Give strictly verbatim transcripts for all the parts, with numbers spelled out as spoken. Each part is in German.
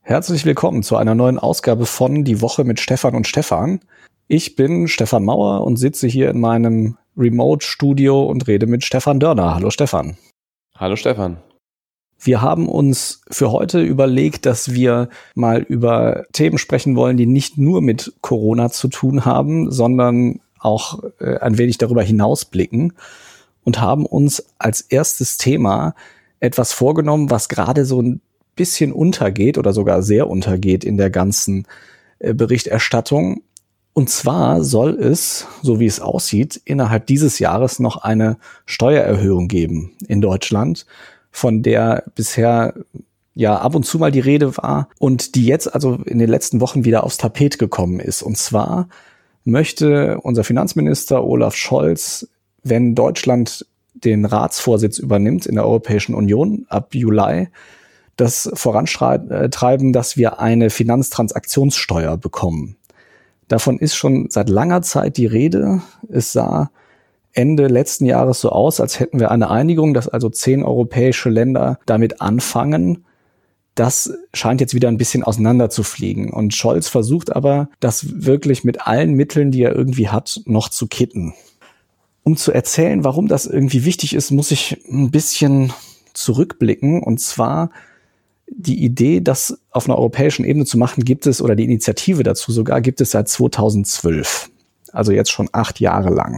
Herzlich willkommen zu einer neuen Ausgabe von Die Woche mit Stefan und Stefan. Ich bin Stefan Mauer und sitze hier in meinem Remote-Studio und rede mit Stefan Dörner. Hallo Stefan. Hallo Stefan. Wir haben uns für heute überlegt, dass wir mal über Themen sprechen wollen, die nicht nur mit Corona zu tun haben, sondern auch äh, ein wenig darüber hinausblicken und haben uns als erstes Thema etwas vorgenommen, was gerade so ein bisschen untergeht oder sogar sehr untergeht in der ganzen äh, Berichterstattung. Und zwar soll es, so wie es aussieht, innerhalb dieses Jahres noch eine Steuererhöhung geben in Deutschland, von der bisher ja ab und zu mal die Rede war und die jetzt also in den letzten Wochen wieder aufs Tapet gekommen ist. Und zwar möchte unser Finanzminister Olaf Scholz, wenn Deutschland den Ratsvorsitz übernimmt in der Europäischen Union ab Juli, das vorantreiben, dass wir eine Finanztransaktionssteuer bekommen. Davon ist schon seit langer Zeit die Rede. Es sah Ende letzten Jahres so aus, als hätten wir eine Einigung, dass also zehn europäische Länder damit anfangen. Das scheint jetzt wieder ein bisschen auseinander zu fliegen. Und Scholz versucht aber, das wirklich mit allen Mitteln, die er irgendwie hat, noch zu kitten. Um zu erzählen, warum das irgendwie wichtig ist, muss ich ein bisschen zurückblicken. Und zwar die Idee, das auf einer europäischen Ebene zu machen, gibt es, oder die Initiative dazu sogar, gibt es seit zweitausendzwölf. Also jetzt schon acht Jahre lang.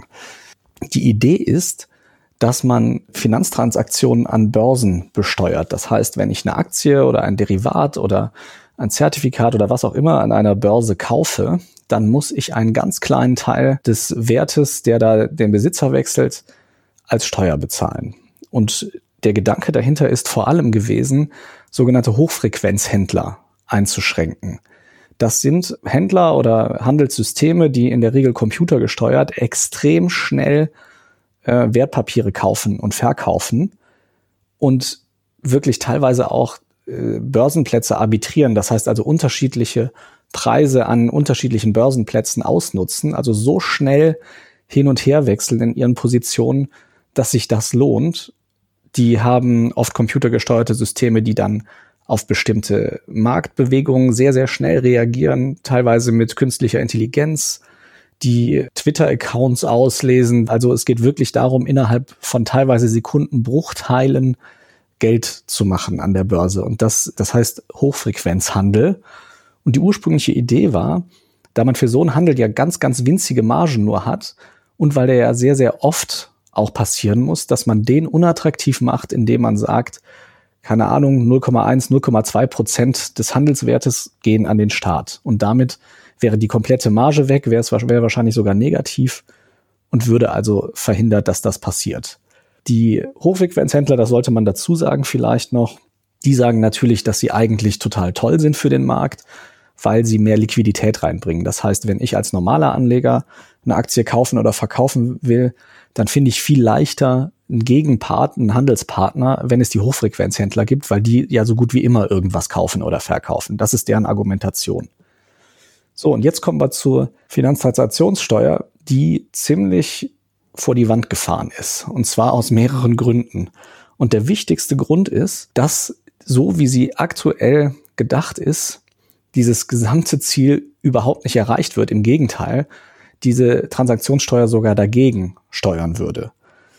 Die Idee ist, dass man Finanztransaktionen an Börsen besteuert. Das heißt, wenn ich eine Aktie oder ein Derivat oder ein Zertifikat oder was auch immer an einer Börse kaufe, dann muss ich einen ganz kleinen Teil des Wertes, der da den Besitzer wechselt, als Steuer bezahlen. Und der Gedanke dahinter ist vor allem gewesen, sogenannte Hochfrequenzhändler einzuschränken. Das sind Händler oder Handelssysteme, die in der Regel computergesteuert extrem schnell äh, Wertpapiere kaufen und verkaufen und wirklich teilweise auch äh, Börsenplätze arbitrieren. Das heißt also unterschiedliche Preise an unterschiedlichen Börsenplätzen ausnutzen, also so schnell hin und her wechseln in ihren Positionen, dass sich das lohnt. Die haben oft computergesteuerte Systeme, die dann auf bestimmte Marktbewegungen sehr, sehr schnell reagieren, teilweise mit künstlicher Intelligenz, die Twitter-Accounts auslesen. Also es geht wirklich darum, innerhalb von teilweise Sekundenbruchteilen Geld zu machen an der Börse. Und das, das heißt Hochfrequenzhandel. Und die ursprüngliche Idee war, da man für so einen Handel ja ganz, ganz winzige Margen nur hat und weil der ja sehr, sehr oft auch passieren muss, dass man den unattraktiv macht, indem man sagt, keine Ahnung, null Komma eins, null Komma zwei Prozent des Handelswertes gehen an den Staat. Und damit wäre die komplette Marge weg, wäre es wäre wahrscheinlich sogar negativ und würde also verhindert, dass das passiert. Die Hochfrequenzhändler, das sollte man dazu sagen vielleicht noch, die sagen natürlich, dass sie eigentlich total toll sind für den Markt, weil sie mehr Liquidität reinbringen. Das heißt, wenn ich als normaler Anleger eine Aktie kaufen oder verkaufen will, dann finde ich viel leichter einen Gegenpart, einen Handelspartner, wenn es die Hochfrequenzhändler gibt, weil die ja so gut wie immer irgendwas kaufen oder verkaufen. Das ist deren Argumentation. So, und jetzt kommen wir zur Finanztransaktionssteuer, die ziemlich vor die Wand gefahren ist. Und zwar aus mehreren Gründen. Und der wichtigste Grund ist, dass so wie sie aktuell gedacht ist, dieses gesamte Ziel überhaupt nicht erreicht wird. Im Gegenteil, diese Transaktionssteuer sogar dagegen steuern würde.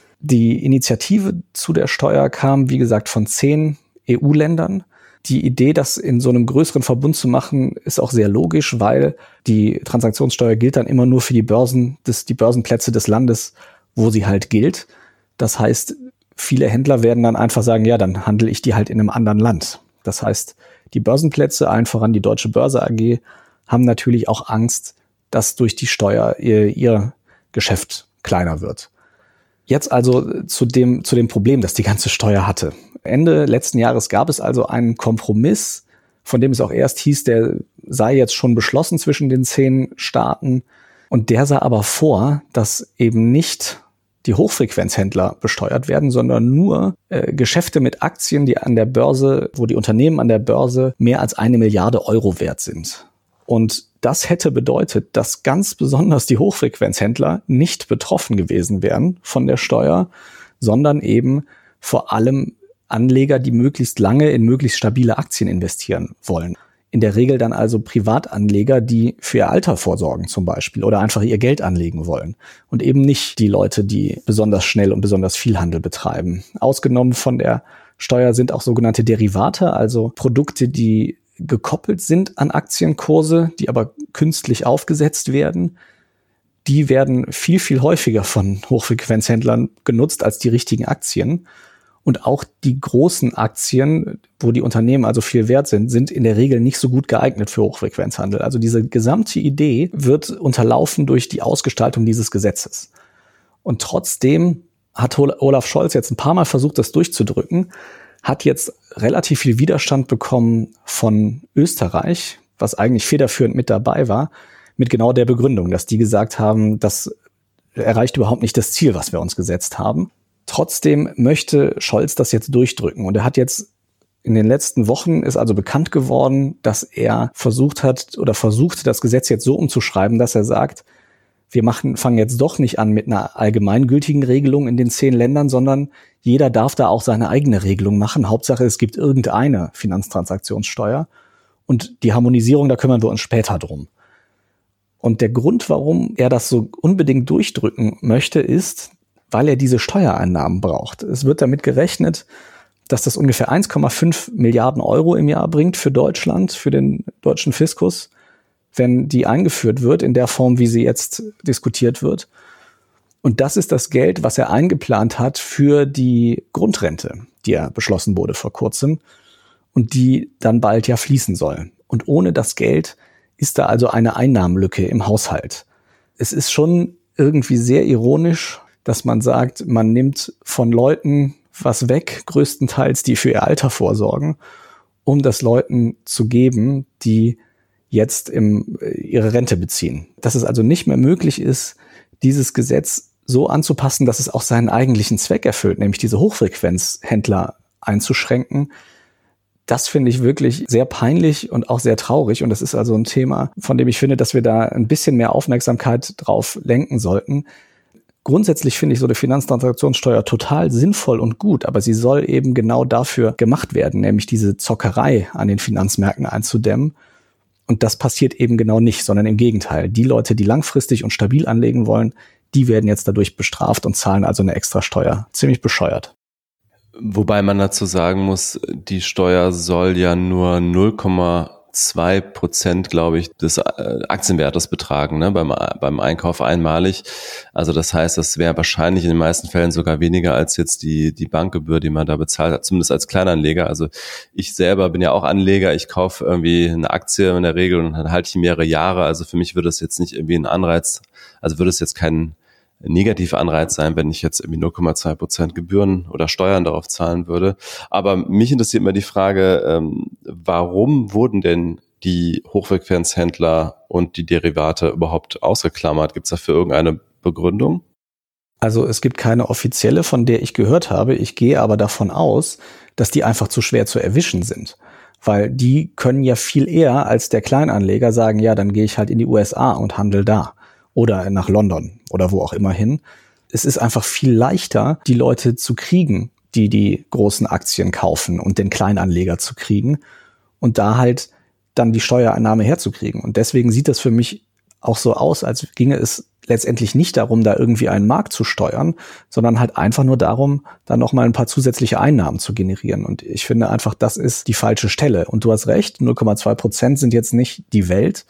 Die Initiative zu der Steuer kam, wie gesagt, von zehn E U-Ländern. Die Idee, das in so einem größeren Verbund zu machen, ist auch sehr logisch, weil die Transaktionssteuer gilt dann immer nur für die Börsen, des, die Börsenplätze des Landes, wo sie halt gilt. Das heißt, viele Händler werden dann einfach sagen, ja, dann handle ich die halt in einem anderen Land. Das heißt, die Börsenplätze, allen voran die Deutsche Börse A G, haben natürlich auch Angst, dass durch die Steuer ihr, ihr Geschäft kleiner wird. Jetzt also zu dem, zu dem Problem, das die ganze Steuer hatte. Ende letzten Jahres gab es also einen Kompromiss, von dem es auch erst hieß, der sei jetzt schon beschlossen zwischen den zehn Staaten. Und der sah aber vor, dass eben nicht die Hochfrequenzhändler besteuert werden, sondern nur äh, Geschäfte mit Aktien, die an der Börse, wo die Unternehmen an der Börse mehr als eine Milliarde Euro wert sind. Und das hätte bedeutet, dass ganz besonders die Hochfrequenzhändler nicht betroffen gewesen wären von der Steuer, sondern eben vor allem Anleger, die möglichst lange in möglichst stabile Aktien investieren wollen. in der Regel dann also Privatanleger, die für ihr Alter vorsorgen zum Beispiel oder einfach ihr Geld anlegen wollen und eben nicht die Leute, die besonders schnell und besonders viel Handel betreiben. Ausgenommen von der Steuer sind auch sogenannte Derivate, also Produkte, die gekoppelt sind an Aktienkurse, die aber künstlich aufgesetzt werden. Die werden viel, viel häufiger von Hochfrequenzhändlern genutzt als die richtigen Aktien. Und auch die großen Aktien, wo die Unternehmen also viel wert sind, sind in der Regel nicht so gut geeignet für Hochfrequenzhandel. Also diese gesamte Idee wird unterlaufen durch die Ausgestaltung dieses Gesetzes. Und trotzdem hat Olaf Scholz jetzt ein paar Mal versucht, das durchzudrücken, hat jetzt relativ viel Widerstand bekommen von Österreich, was eigentlich federführend mit dabei war, mit genau der Begründung, dass die gesagt haben, das erreicht überhaupt nicht das Ziel, was wir uns gesetzt haben. Trotzdem möchte Scholz das jetzt durchdrücken. Und er hat jetzt in den letzten Wochen ist also bekannt geworden, dass er versucht hat oder versucht, das Gesetz jetzt so umzuschreiben, dass er sagt, wir machen, fangen jetzt doch nicht an mit einer allgemeingültigen Regelung in den zehn Ländern, sondern jeder darf da auch seine eigene Regelung machen. Hauptsache, es gibt irgendeine Finanztransaktionssteuer. Und die Harmonisierung, da kümmern wir uns später drum. Und der Grund, warum er das so unbedingt durchdrücken möchte, ist, weil er diese Steuereinnahmen braucht. Es wird damit gerechnet, dass das ungefähr eins Komma fünf Milliarden Euro im Jahr bringt für Deutschland, für den deutschen Fiskus, wenn die eingeführt wird in der Form, wie sie jetzt diskutiert wird. Und das ist das Geld, was er eingeplant hat für die Grundrente, die ja beschlossen wurde vor kurzem und die dann bald ja fließen soll. Und ohne das Geld ist da also eine Einnahmenlücke im Haushalt. Es ist schon irgendwie sehr ironisch, dass man sagt, man nimmt von Leuten was weg, größtenteils, die für ihr Alter vorsorgen, um das Leuten zu geben, die jetzt im, ihre Rente beziehen. Dass es also nicht mehr möglich ist, dieses Gesetz so anzupassen, dass es auch seinen eigentlichen Zweck erfüllt, nämlich diese Hochfrequenzhändler einzuschränken. Das finde ich wirklich sehr peinlich und auch sehr traurig. Und das ist also ein Thema, von dem ich finde, dass wir da ein bisschen mehr Aufmerksamkeit drauf lenken sollten. Grundsätzlich finde ich so eine Finanztransaktionssteuer total sinnvoll und gut, aber sie soll eben genau dafür gemacht werden, nämlich diese Zockerei an den Finanzmärkten einzudämmen. Und das passiert eben genau nicht, sondern im Gegenteil. Die Leute, die langfristig und stabil anlegen wollen, die werden jetzt dadurch bestraft und zahlen also eine Extrasteuer. Ziemlich bescheuert. Wobei man dazu sagen muss, die Steuer soll ja nur null Komma zwei Prozent, glaube ich, des Aktienwertes betragen, ne, beim, beim Einkauf einmalig. Also das heißt, das wäre wahrscheinlich in den meisten Fällen sogar weniger als jetzt die, die Bankgebühr, die man da bezahlt hat, zumindest als Kleinanleger. Also ich selber bin ja auch Anleger, ich kaufe irgendwie eine Aktie in der Regel und dann halte ich mehrere Jahre. Also für mich würde es jetzt nicht irgendwie ein Anreiz, also würde es jetzt kein negativer Anreiz sein, wenn ich jetzt irgendwie null Komma zwei Prozent Gebühren oder Steuern darauf zahlen würde. Aber mich interessiert immer die Frage, ähm, warum wurden denn die Hochfrequenzhändler und die Derivate überhaupt ausgeklammert? Gibt es dafür irgendeine Begründung? Also es gibt keine offizielle, von der ich gehört habe. Ich gehe aber davon aus, dass die einfach zu schwer zu erwischen sind. Weil die können ja viel eher als der Kleinanleger sagen, ja, dann gehe ich halt in die U S A und handel da. Oder nach London oder wo auch immer hin. Es ist einfach viel leichter, die Leute zu kriegen, die die großen Aktien kaufen und den Kleinanleger zu kriegen und da halt dann die Steuereinnahme herzukriegen. Und deswegen sieht das für mich auch so aus, als ginge es letztendlich nicht darum, da irgendwie einen Markt zu steuern, sondern halt einfach nur darum, da nochmal ein paar zusätzliche Einnahmen zu generieren. Und ich finde einfach, das ist die falsche Stelle. Und du hast recht, null Komma zwei Prozent sind jetzt nicht die Welt.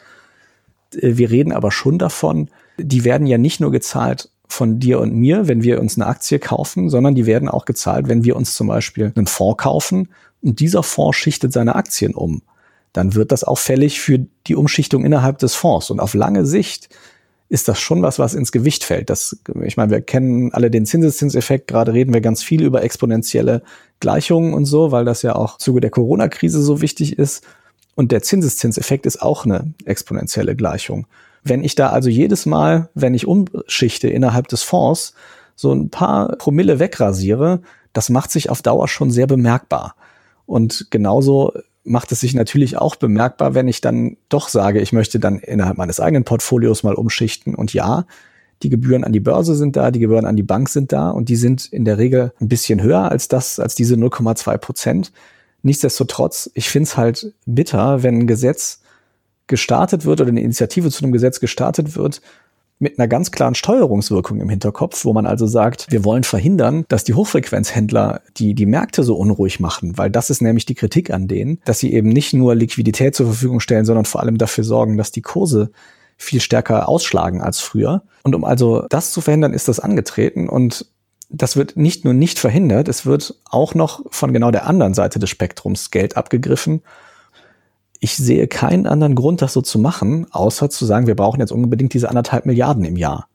Wir reden aber schon davon, die werden ja nicht nur gezahlt von dir und mir, wenn wir uns eine Aktie kaufen, sondern die werden auch gezahlt, wenn wir uns zum Beispiel einen Fonds kaufen und dieser Fonds schichtet seine Aktien um. Dann wird das auch fällig für die Umschichtung innerhalb des Fonds. Und auf lange Sicht ist das schon was, was ins Gewicht fällt. Das, ich meine, wir kennen alle den Zinseszinseffekt. Gerade reden wir ganz viel über exponentielle Gleichungen und so, weil das ja auch im Zuge der Corona-Krise so wichtig ist. Und der Zinseszinseffekt ist auch eine exponentielle Gleichung. Wenn ich da also jedes Mal, wenn ich umschichte innerhalb des Fonds, so ein paar Promille wegrasiere, das macht sich auf Dauer schon sehr bemerkbar. Und genauso macht es sich natürlich auch bemerkbar, wenn ich dann doch sage, ich möchte dann innerhalb meines eigenen Portfolios mal umschichten. Und ja, die Gebühren an die Börse sind da, die Gebühren an die Bank sind da und die sind in der Regel ein bisschen höher als das, als diese null Komma zwei Prozent. Nichtsdestotrotz, ich finde es halt bitter, wenn ein Gesetz gestartet wird oder eine Initiative zu einem Gesetz gestartet wird mit einer ganz klaren Steuerungswirkung im Hinterkopf, wo man also sagt, wir wollen verhindern, dass die Hochfrequenzhändler die die Märkte so unruhig machen, weil das ist nämlich die Kritik an denen, dass sie eben nicht nur Liquidität zur Verfügung stellen, sondern vor allem dafür sorgen, dass die Kurse viel stärker ausschlagen als früher. Und um also das zu verhindern, ist das angetreten und das wird nicht nur nicht verhindert, es wird auch noch von genau der anderen Seite des Spektrums Geld abgegriffen. Ich sehe keinen anderen Grund, das so zu machen, außer zu sagen, wir brauchen jetzt unbedingt diese anderthalb Milliarden im Jahr.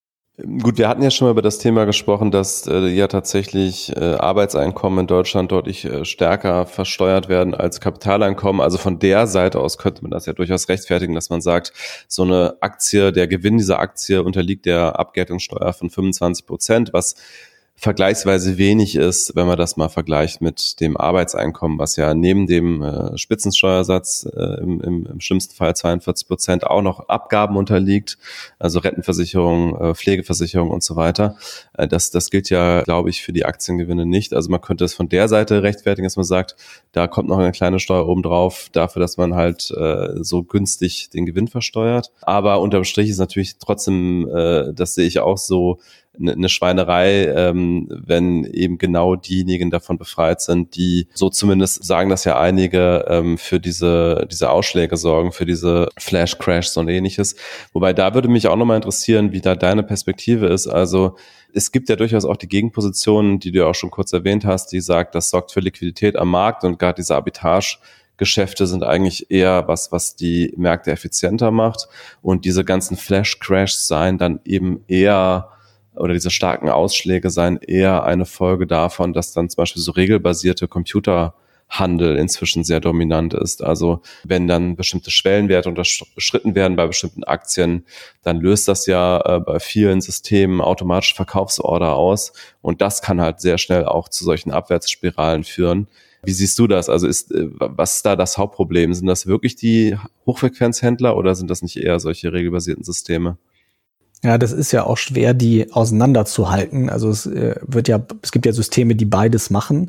Gut, wir hatten ja schon mal über das Thema gesprochen, dass äh, ja tatsächlich äh, Arbeitseinkommen in Deutschland deutlich äh, stärker versteuert werden als Kapitaleinkommen. Also von der Seite aus könnte man das ja durchaus rechtfertigen, dass man sagt, so eine Aktie, der Gewinn dieser Aktie unterliegt der Abgeltungssteuer von fünfundzwanzig Prozent, was vergleichsweise wenig ist, wenn man das mal vergleicht mit dem Arbeitseinkommen, was ja neben dem äh, Spitzensteuersatz äh, im, im, im schlimmsten Fall zweiundvierzig Prozent auch noch Abgaben unterliegt, also Rentenversicherung, äh, Pflegeversicherung und so weiter. Äh, das, das gilt ja, glaube ich, für die Aktiengewinne nicht. Also man könnte es von der Seite rechtfertigen, dass man sagt, da kommt noch eine kleine Steuer oben drauf, dafür, dass man halt äh, so günstig den Gewinn versteuert. Aber unterm Strich ist natürlich trotzdem, äh, das sehe ich auch so, eine Schweinerei, ähm, wenn eben genau diejenigen davon befreit sind, die, so zumindest sagen das ja einige, ähm, für diese diese Ausschläge sorgen, für diese Flash-Crashs und ähnliches. Wobei da würde mich auch nochmal interessieren, wie da deine Perspektive ist. Also es gibt ja durchaus auch die Gegenpositionen, die du ja auch schon kurz erwähnt hast, die sagt, das sorgt für Liquidität am Markt und gerade diese Arbitrage Geschäfte sind eigentlich eher was, was die Märkte effizienter macht und diese ganzen Flash-Crashs seien dann eben eher oder diese starken Ausschläge seien eher eine Folge davon, dass dann zum Beispiel so regelbasierte Computerhandel inzwischen sehr dominant ist. Also wenn dann bestimmte Schwellenwerte unterschritten werden bei bestimmten Aktien, dann löst das ja äh, bei vielen Systemen automatisch Verkaufsorder aus und das kann halt sehr schnell auch zu solchen Abwärtsspiralen führen. Wie siehst du das? Also ist, was ist da das Hauptproblem? Sind das wirklich die Hochfrequenzhändler oder sind das nicht eher solche regelbasierten Systeme? Ja, das ist ja auch schwer, die auseinanderzuhalten. Also es äh, wird ja, es gibt ja Systeme, die beides machen.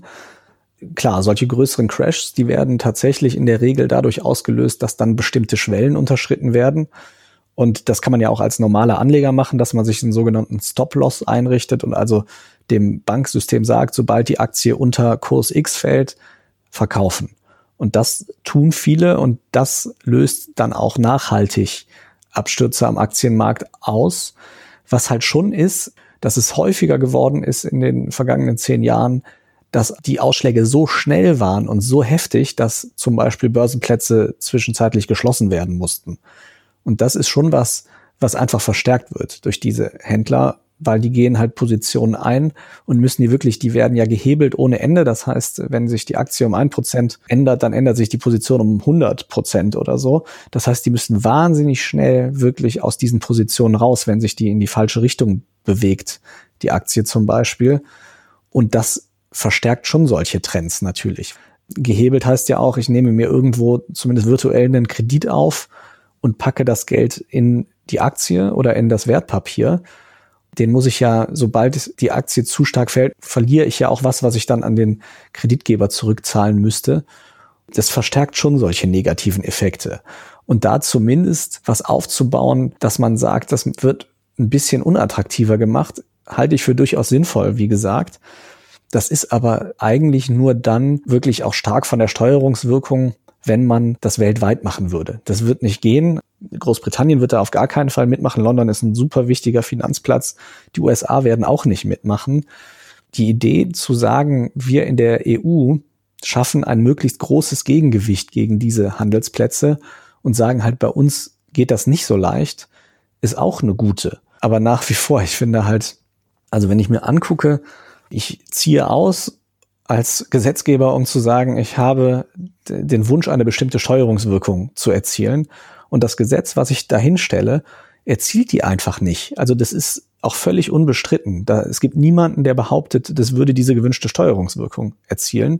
Klar, solche größeren Crashs, die werden tatsächlich in der Regel dadurch ausgelöst, dass dann bestimmte Schwellen unterschritten werden. Und das kann man ja auch als normaler Anleger machen, dass man sich einen sogenannten Stop-Loss einrichtet und also dem Banksystem sagt, sobald die Aktie unter Kurs X fällt, verkaufen. Und das tun viele und das löst dann auch nachhaltig Abstürze am Aktienmarkt aus. Was halt schon ist, dass es häufiger geworden ist in den vergangenen zehn Jahren, dass die Ausschläge so schnell waren und so heftig, dass zum Beispiel Börsenplätze zwischenzeitlich geschlossen werden mussten. Und das ist schon was, was einfach verstärkt wird durch diese Händler, weil die gehen halt Positionen ein und müssen die wirklich, die werden ja gehebelt ohne Ende. Das heißt, wenn sich die Aktie um ein Prozent ändert, dann ändert sich die Position um hundert Prozent oder so. Das heißt, die müssen wahnsinnig schnell wirklich aus diesen Positionen raus, wenn sich die in die falsche Richtung bewegt, die Aktie zum Beispiel. Und das verstärkt schon solche Trends natürlich. Gehebelt heißt ja auch, ich nehme mir irgendwo zumindest virtuell einen Kredit auf und packe das Geld in die Aktie oder in das Wertpapier. Den muss ich ja, sobald die Aktie zu stark fällt, verliere ich ja auch was, was ich dann an den Kreditgeber zurückzahlen müsste. Das verstärkt schon solche negativen Effekte. Und da zumindest was aufzubauen, dass man sagt, das wird ein bisschen unattraktiver gemacht, halte ich für durchaus sinnvoll, wie gesagt. Das ist aber eigentlich nur dann wirklich auch stark von der Steuerungswirkung, wenn man das weltweit machen würde. Das wird nicht gehen. Großbritannien wird da auf gar keinen Fall mitmachen. London ist ein super wichtiger Finanzplatz. Die U S A werden auch nicht mitmachen. Die Idee zu sagen, wir in der E U schaffen ein möglichst großes Gegengewicht gegen diese Handelsplätze und sagen halt, bei uns geht das nicht so leicht, ist auch eine gute. Aber nach wie vor, ich finde halt, also wenn ich mir angucke, ich ziehe aus als Gesetzgeber, um zu sagen, ich habe den Wunsch, eine bestimmte Steuerungswirkung zu erzielen. Und das Gesetz, was ich dahin stelle, erzielt die einfach nicht. Also das ist auch völlig unbestritten. Da, es gibt niemanden, der behauptet, das würde diese gewünschte Steuerungswirkung erzielen.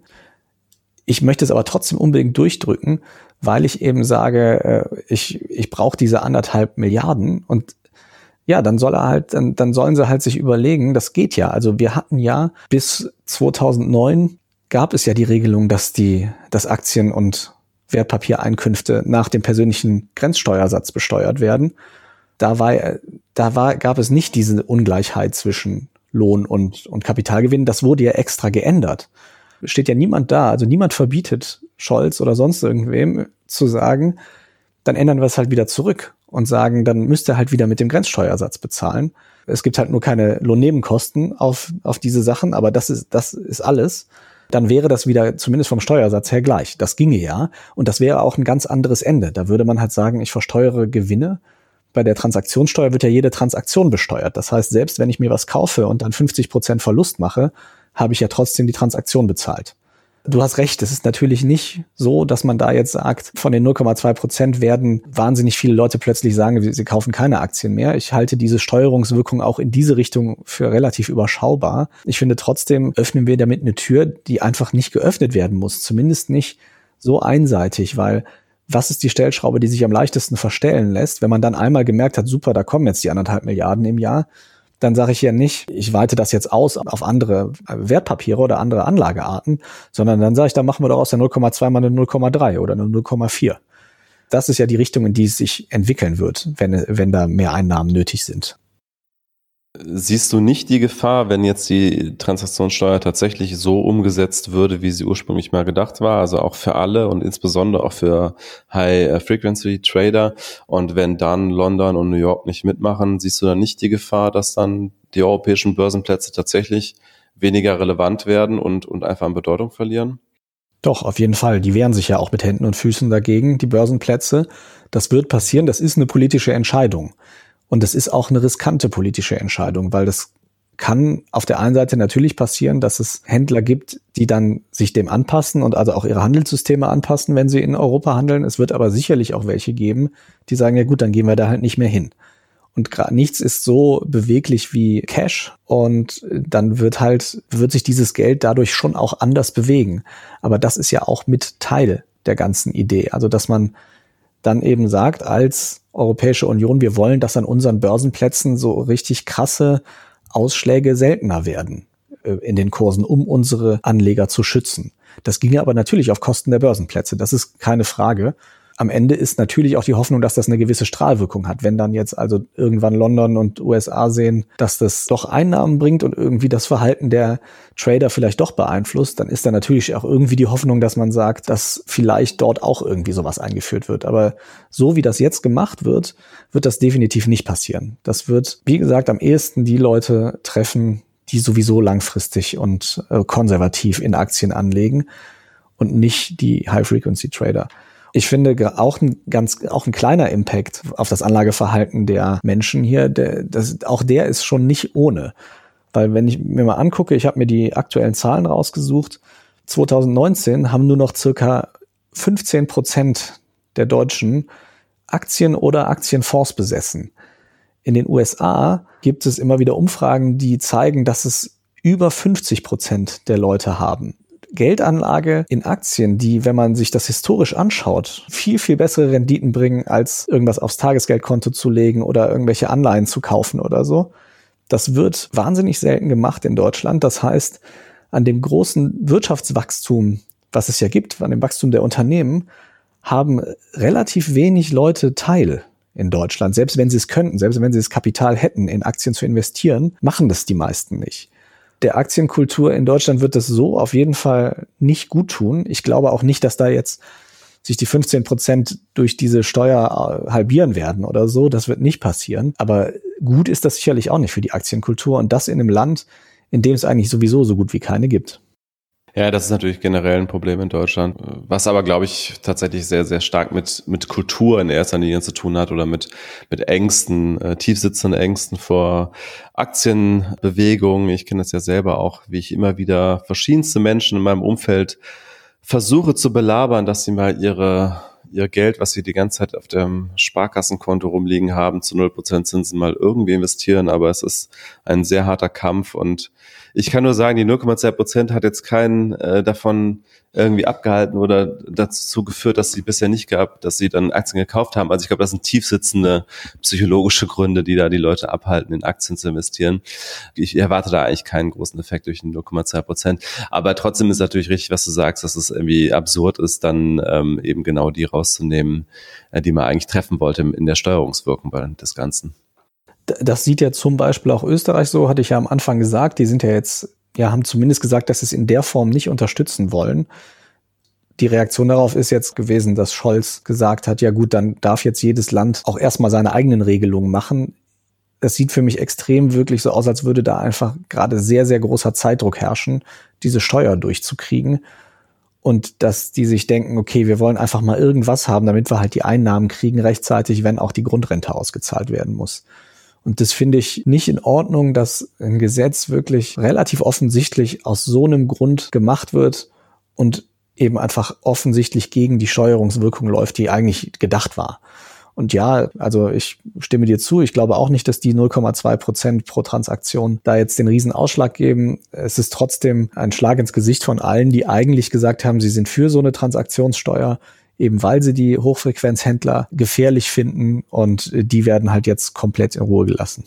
Ich möchte es aber trotzdem unbedingt durchdrücken, weil ich eben sage, ich, ich brauche diese anderthalb Milliarden und ja, dann soll er halt, dann, dann sollen sie halt sich überlegen, das geht ja. Also wir hatten ja bis zweitausendneun gab es ja die Regelung, dass die, dass Aktien und Wertpapiereinkünfte nach dem persönlichen Grenzsteuersatz besteuert werden. Da war, da war, gab es nicht diese Ungleichheit zwischen Lohn und, und Kapitalgewinn. Das wurde ja extra geändert. Steht ja niemand da, also niemand verbietet Scholz oder sonst irgendwem zu sagen, dann ändern wir es halt wieder zurück und sagen, dann müsst ihr halt wieder mit dem Grenzsteuersatz bezahlen. Es gibt halt nur keine Lohnnebenkosten auf, auf diese Sachen, aber das ist, das ist alles. Dann wäre das wieder zumindest vom Steuersatz her gleich. Das ginge ja. Und das wäre auch ein ganz anderes Ende. Da würde man halt sagen, ich versteuere Gewinne. Bei der Transaktionssteuer wird ja jede Transaktion besteuert. Das heißt, selbst wenn ich mir was kaufe und dann fünfzig Prozent Verlust mache, habe ich ja trotzdem die Transaktion bezahlt. Du hast recht, es ist natürlich nicht so, dass man da jetzt sagt, von den null Komma zwei Prozent werden wahnsinnig viele Leute plötzlich sagen, sie kaufen keine Aktien mehr. Ich halte diese Steuerungswirkung auch in diese Richtung für relativ überschaubar. Ich finde trotzdem, öffnen wir damit eine Tür, die einfach nicht geöffnet werden muss. Zumindest nicht so einseitig, weil was ist die Stellschraube, die sich am leichtesten verstellen lässt? Wenn man dann einmal gemerkt hat, super, da kommen jetzt die anderthalb Milliarden im Jahr, dann sage ich ja nicht, ich weite das jetzt aus auf andere Wertpapiere oder andere Anlagearten, sondern dann sage ich, dann machen wir doch aus der null Komma zwei mal eine null Komma drei oder eine null Komma vier. Das ist ja die Richtung, in die es sich entwickeln wird, wenn, wenn da mehr Einnahmen nötig sind. Siehst du nicht die Gefahr, wenn jetzt die Transaktionssteuer tatsächlich so umgesetzt würde, wie sie ursprünglich mal gedacht war, also auch für alle und insbesondere auch für High-Frequency-Trader, und wenn dann London und New York nicht mitmachen, siehst du dann nicht die Gefahr, dass dann die europäischen Börsenplätze tatsächlich weniger relevant werden und, und einfach an Bedeutung verlieren? Doch, auf jeden Fall. Die wehren sich ja auch mit Händen und Füßen dagegen, die Börsenplätze. Das wird passieren, das ist eine politische Entscheidung. Und es ist auch eine riskante politische Entscheidung, weil das kann auf der einen Seite natürlich passieren, dass es Händler gibt, die dann sich dem anpassen und also auch ihre Handelssysteme anpassen, wenn sie in Europa handeln. Es wird aber sicherlich auch welche geben, die sagen, ja gut, dann gehen wir da halt nicht mehr hin. Und gerade nichts ist so beweglich wie Cash und dann wird halt, wird sich dieses Geld dadurch schon auch anders bewegen. Aber das ist ja auch mit Teil der ganzen Idee. Also, dass man dann eben sagt, als Europäische Union, wir wollen, dass an unseren Börsenplätzen so richtig krasse Ausschläge seltener werden in den Kursen, um unsere Anleger zu schützen. Das ginge aber natürlich auf Kosten der Börsenplätze, das ist keine Frage. Am Ende ist natürlich auch die Hoffnung, dass das eine gewisse Strahlwirkung hat. Wenn dann jetzt also irgendwann London und U S A sehen, dass das doch Einnahmen bringt und irgendwie das Verhalten der Trader vielleicht doch beeinflusst, dann ist da natürlich auch irgendwie die Hoffnung, dass man sagt, dass vielleicht dort auch irgendwie sowas eingeführt wird. Aber so wie das jetzt gemacht wird, wird das definitiv nicht passieren. Das wird, wie gesagt, am ehesten die Leute treffen, die sowieso langfristig und äh, konservativ in Aktien anlegen und nicht die High-Frequency-Trader. Ich finde auch ein ganz, auch ein kleiner Impact auf das Anlageverhalten der Menschen hier, der, das, auch der ist schon nicht ohne. Weil wenn ich mir mal angucke, ich habe mir die aktuellen Zahlen rausgesucht, zwanzig neunzehn haben nur noch circa fünfzehn Prozent der Deutschen Aktien oder Aktienfonds besessen. In den U S A gibt es immer wieder Umfragen, die zeigen, dass es über fünfzig Prozent der Leute haben. Geldanlage in Aktien, die, wenn man sich das historisch anschaut, viel, viel bessere Renditen bringen, als irgendwas aufs Tagesgeldkonto zu legen oder irgendwelche Anleihen zu kaufen oder so. Das wird wahnsinnig selten gemacht in Deutschland. Das heißt, an dem großen Wirtschaftswachstum, was es ja gibt, an dem Wachstum der Unternehmen, haben relativ wenig Leute teil in Deutschland. Selbst wenn sie es könnten, selbst wenn sie das Kapital hätten, in Aktien zu investieren, machen das die meisten nicht. Der Aktienkultur in Deutschland wird das so auf jeden Fall nicht gut tun. Ich glaube auch nicht, dass da jetzt sich die fünfzehn Prozent durch diese Steuer halbieren werden oder so. Das wird nicht passieren. Aber gut ist das sicherlich auch nicht für die Aktienkultur und das in einem Land, in dem es eigentlich sowieso so gut wie keine gibt. Ja, das ist natürlich generell ein Problem in Deutschland, was aber, glaube ich, tatsächlich sehr, sehr stark mit mit Kultur in erster Linie zu tun hat oder mit mit Ängsten, äh, tiefsitzenden Ängsten vor Aktienbewegungen. Ich kenne das ja selber auch, wie ich immer wieder verschiedenste Menschen in meinem Umfeld versuche zu belabern, dass sie mal ihre ihr Geld, was sie die ganze Zeit auf dem Sparkassenkonto rumliegen haben, zu null Prozent Zinsen mal irgendwie investieren. Aber es ist ein sehr harter Kampf und Ich kann nur sagen, die null Komma zwei Prozent hat jetzt keinen äh, davon irgendwie abgehalten oder dazu geführt, dass sie bisher nicht gab, dass sie dann Aktien gekauft haben. Also ich glaube, das sind tiefsitzende psychologische Gründe, die da die Leute abhalten, in Aktien zu investieren. Ich erwarte da eigentlich keinen großen Effekt durch die null Komma zwei Prozent. Aber trotzdem ist natürlich richtig, was du sagst, dass es irgendwie absurd ist, dann ähm, eben genau die rauszunehmen, äh, die man eigentlich treffen wollte in der Steuerungswirkung des Ganzen. Das sieht ja zum Beispiel auch Österreich so, hatte ich ja am Anfang gesagt. Die sind ja jetzt, ja, haben zumindest gesagt, dass sie es in der Form nicht unterstützen wollen. Die Reaktion darauf ist jetzt gewesen, dass Scholz gesagt hat, ja gut, dann darf jetzt jedes Land auch erstmal seine eigenen Regelungen machen. Das sieht für mich extrem wirklich so aus, als würde da einfach gerade sehr, sehr großer Zeitdruck herrschen, diese Steuer durchzukriegen. Und dass die sich denken, okay, wir wollen einfach mal irgendwas haben, damit wir halt die Einnahmen kriegen rechtzeitig, wenn auch die Grundrente ausgezahlt werden muss. Und das finde ich nicht in Ordnung, dass ein Gesetz wirklich relativ offensichtlich aus so einem Grund gemacht wird und eben einfach offensichtlich gegen die Steuerungswirkung läuft, die eigentlich gedacht war. Und ja, also ich stimme dir zu, ich glaube auch nicht, dass die null Komma zwei Prozent pro Transaktion da jetzt den riesen Ausschlag geben. Es ist trotzdem ein Schlag ins Gesicht von allen, die eigentlich gesagt haben, sie sind für so eine Transaktionssteuer, eben weil sie die Hochfrequenzhändler gefährlich finden und die werden halt jetzt komplett in Ruhe gelassen.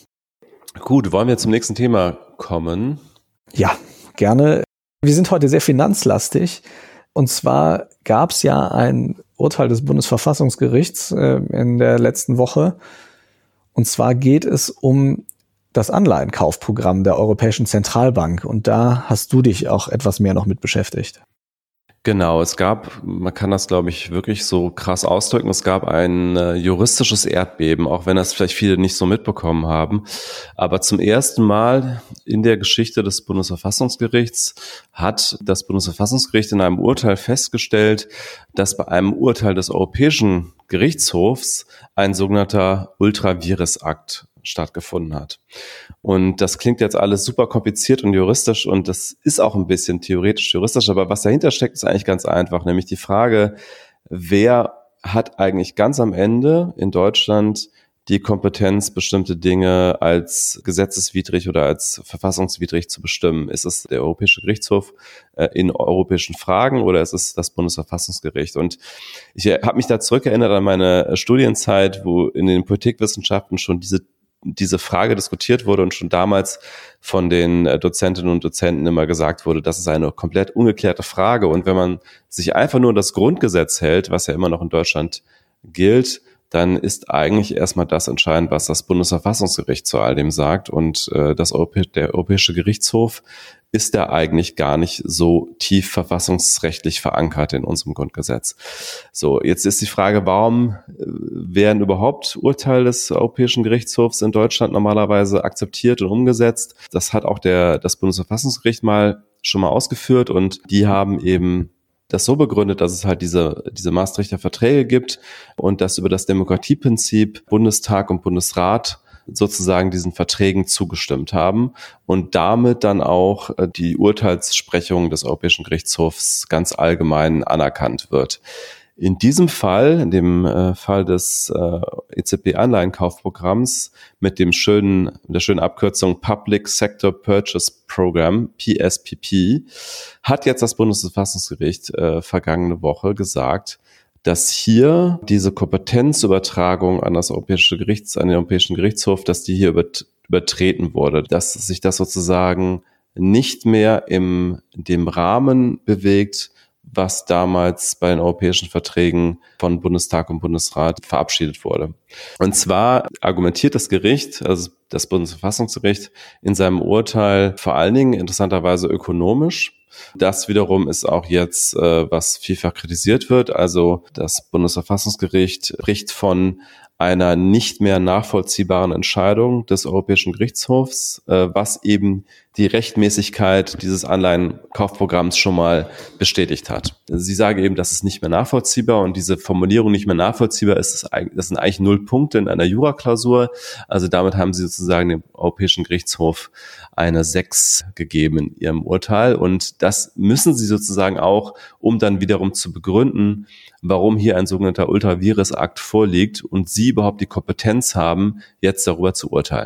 Gut, wollen wir zum nächsten Thema kommen? Ja, gerne. Wir sind heute sehr finanzlastig und zwar gab es ja ein Urteil des Bundesverfassungsgerichts äh, in der letzten Woche und zwar geht es um das Anleihenkaufprogramm der Europäischen Zentralbank und da hast du dich auch etwas mehr noch mit beschäftigt. Genau, es gab, man kann das glaube ich wirklich so krass ausdrücken, es gab ein äh, juristisches Erdbeben, auch wenn das vielleicht viele nicht so mitbekommen haben. Aber zum ersten Mal in der Geschichte des Bundesverfassungsgerichts hat das Bundesverfassungsgericht in einem Urteil festgestellt, dass bei einem Urteil des Europäischen Gerichtshofs ein sogenannter Ultra-Vires-Akt stattgefunden hat. Und das klingt jetzt alles super kompliziert und juristisch und das ist auch ein bisschen theoretisch juristisch, aber was dahinter steckt, ist eigentlich ganz einfach, nämlich die Frage, wer hat eigentlich ganz am Ende in Deutschland die Kompetenz, bestimmte Dinge als gesetzeswidrig oder als verfassungswidrig zu bestimmen? Ist es der Europäische Gerichtshof äh, in europäischen Fragen oder ist es das Bundesverfassungsgericht? Und ich habe mich da zurückerinnert an meine Studienzeit, wo in den Politikwissenschaften schon diese diese Frage diskutiert wurde und schon damals von den Dozentinnen und Dozenten immer gesagt wurde, das ist eine komplett ungeklärte Frage. Und wenn man sich einfach nur das Grundgesetz hält, was ja immer noch in Deutschland gilt, dann ist eigentlich erstmal das entscheidend, was das Bundesverfassungsgericht zu all dem sagt. Und äh, das Europä- der Europäische Gerichtshof ist da eigentlich gar nicht so tief verfassungsrechtlich verankert in unserem Grundgesetz. So, jetzt ist die Frage, warum werden überhaupt Urteile des Europäischen Gerichtshofs in Deutschland normalerweise akzeptiert und umgesetzt? Das hat auch der das Bundesverfassungsgericht mal schon mal ausgeführt und die haben eben das so begründet, dass es halt diese diese Maastrichter Verträge gibt und dass über das Demokratieprinzip Bundestag und Bundesrat sozusagen diesen Verträgen zugestimmt haben und damit dann auch die Urteilssprechung des Europäischen Gerichtshofs ganz allgemein anerkannt wird. In diesem Fall, in dem äh, Fall des äh, E Z B-Anleihenkaufprogramms mit dem schönen, der schönen Abkürzung Public Sector Purchase Program, P S P P, hat jetzt das Bundesverfassungsgericht äh, vergangene Woche gesagt, dass hier diese Kompetenzübertragung an das Europäische Gerichts, an den Europäischen Gerichtshof, dass die hier übertreten wurde, dass sich das sozusagen nicht mehr im dem Rahmen bewegt, was damals bei den europäischen Verträgen von Bundestag und Bundesrat verabschiedet wurde. Und zwar argumentiert das Gericht, also das Bundesverfassungsgericht, in seinem Urteil vor allen Dingen interessanterweise ökonomisch. Das wiederum ist auch jetzt, äh, was vielfach kritisiert wird. Also das Bundesverfassungsgericht spricht von einer nicht mehr nachvollziehbaren Entscheidung des Europäischen Gerichtshofs, äh, was eben die Rechtmäßigkeit dieses Anleihenkaufprogramms schon mal bestätigt hat. Sie sagen eben, das ist nicht mehr nachvollziehbar und diese Formulierung nicht mehr nachvollziehbar ist, das sind eigentlich null Punkte in einer Juraklausur. Also damit haben Sie sozusagen dem Europäischen Gerichtshof eine sechs gegeben in Ihrem Urteil und das müssen Sie sozusagen auch, um dann wiederum zu begründen, warum hier ein sogenannter Ultra-Vires-Akt vorliegt und Sie überhaupt die Kompetenz haben, jetzt darüber zu urteilen.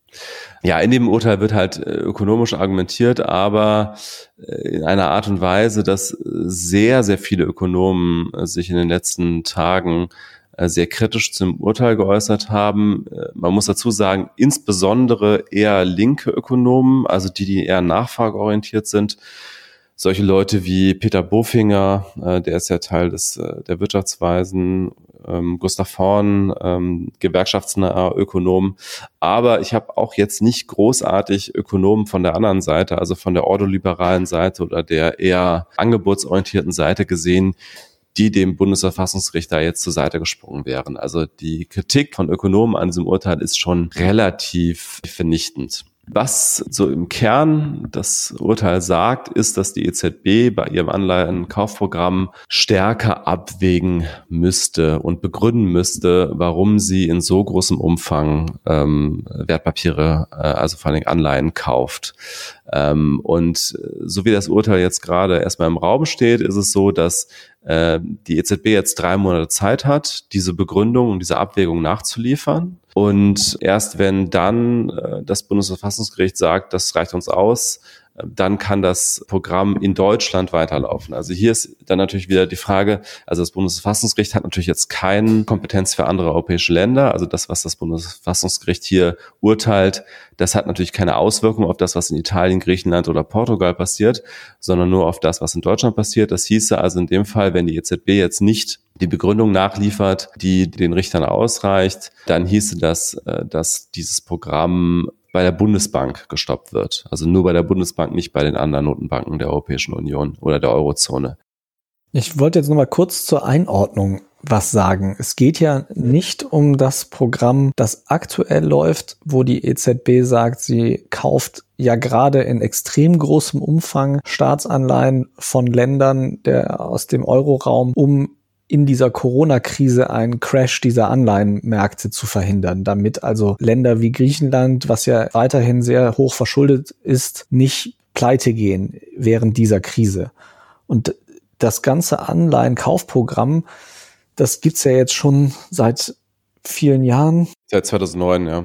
Ja, in dem Urteil wird halt ökonomisch argumentiert, aber in einer Art und Weise, dass sehr, sehr viele Ökonomen sich in den letzten Tagen sehr kritisch zum Urteil geäußert haben. Man muss dazu sagen, insbesondere eher linke Ökonomen, also die, die eher nachfrageorientiert sind. Solche Leute wie Peter Bofinger, äh, der ist ja Teil des äh, der Wirtschaftsweisen, ähm, Gustav Horn, ähm, gewerkschaftsnaher Ökonom. Aber ich habe auch jetzt nicht großartig Ökonomen von der anderen Seite, also von der ordoliberalen Seite oder der eher angebotsorientierten Seite gesehen, die dem Bundesverfassungsgericht da jetzt zur Seite gesprungen wären. Also die Kritik von Ökonomen an diesem Urteil ist schon relativ vernichtend. Was so im Kern das Urteil sagt, ist, dass die E Z B bei ihrem Anleihenkaufprogramm stärker abwägen müsste und begründen müsste, warum sie in so großem Umfang ähm, Wertpapiere, äh, also vor allem Anleihen kauft. Ähm, und so wie das Urteil jetzt gerade erstmal im Raum steht, ist es so, dass äh, die E Z B jetzt drei Monate Zeit hat, diese Begründung und diese Abwägung nachzuliefern. Und erst wenn dann äh, das Bundesverfassungsgericht sagt, das reicht uns aus, äh, dann kann das Programm in Deutschland weiterlaufen. Also hier ist dann natürlich wieder die Frage, also das Bundesverfassungsgericht hat natürlich jetzt keine Kompetenz für andere europäische Länder. Also das, was das Bundesverfassungsgericht hier urteilt, das hat natürlich keine Auswirkung auf das, was in Italien, Griechenland oder Portugal passiert, sondern nur auf das, was in Deutschland passiert. Das hieße also in dem Fall, wenn die E Z B jetzt nicht die Begründung nachliefert, die den Richtern ausreicht, dann hieße das, dass dieses Programm bei der Bundesbank gestoppt wird. Also nur bei der Bundesbank, nicht bei den anderen Notenbanken der Europäischen Union oder der Eurozone. Ich wollte jetzt noch mal kurz zur Einordnung was sagen. Es geht ja nicht um das Programm, das aktuell läuft, wo die E Z B sagt, sie kauft ja gerade in extrem großem Umfang Staatsanleihen von Ländern der aus dem Euroraum, um in dieser Corona-Krise einen Crash dieser Anleihenmärkte zu verhindern, damit also Länder wie Griechenland, was ja weiterhin sehr hoch verschuldet ist, nicht pleite gehen während dieser Krise. Und das ganze Anleihenkaufprogramm, das gibt's ja jetzt schon seit vielen Jahren. Seit zweitausendneun, ja.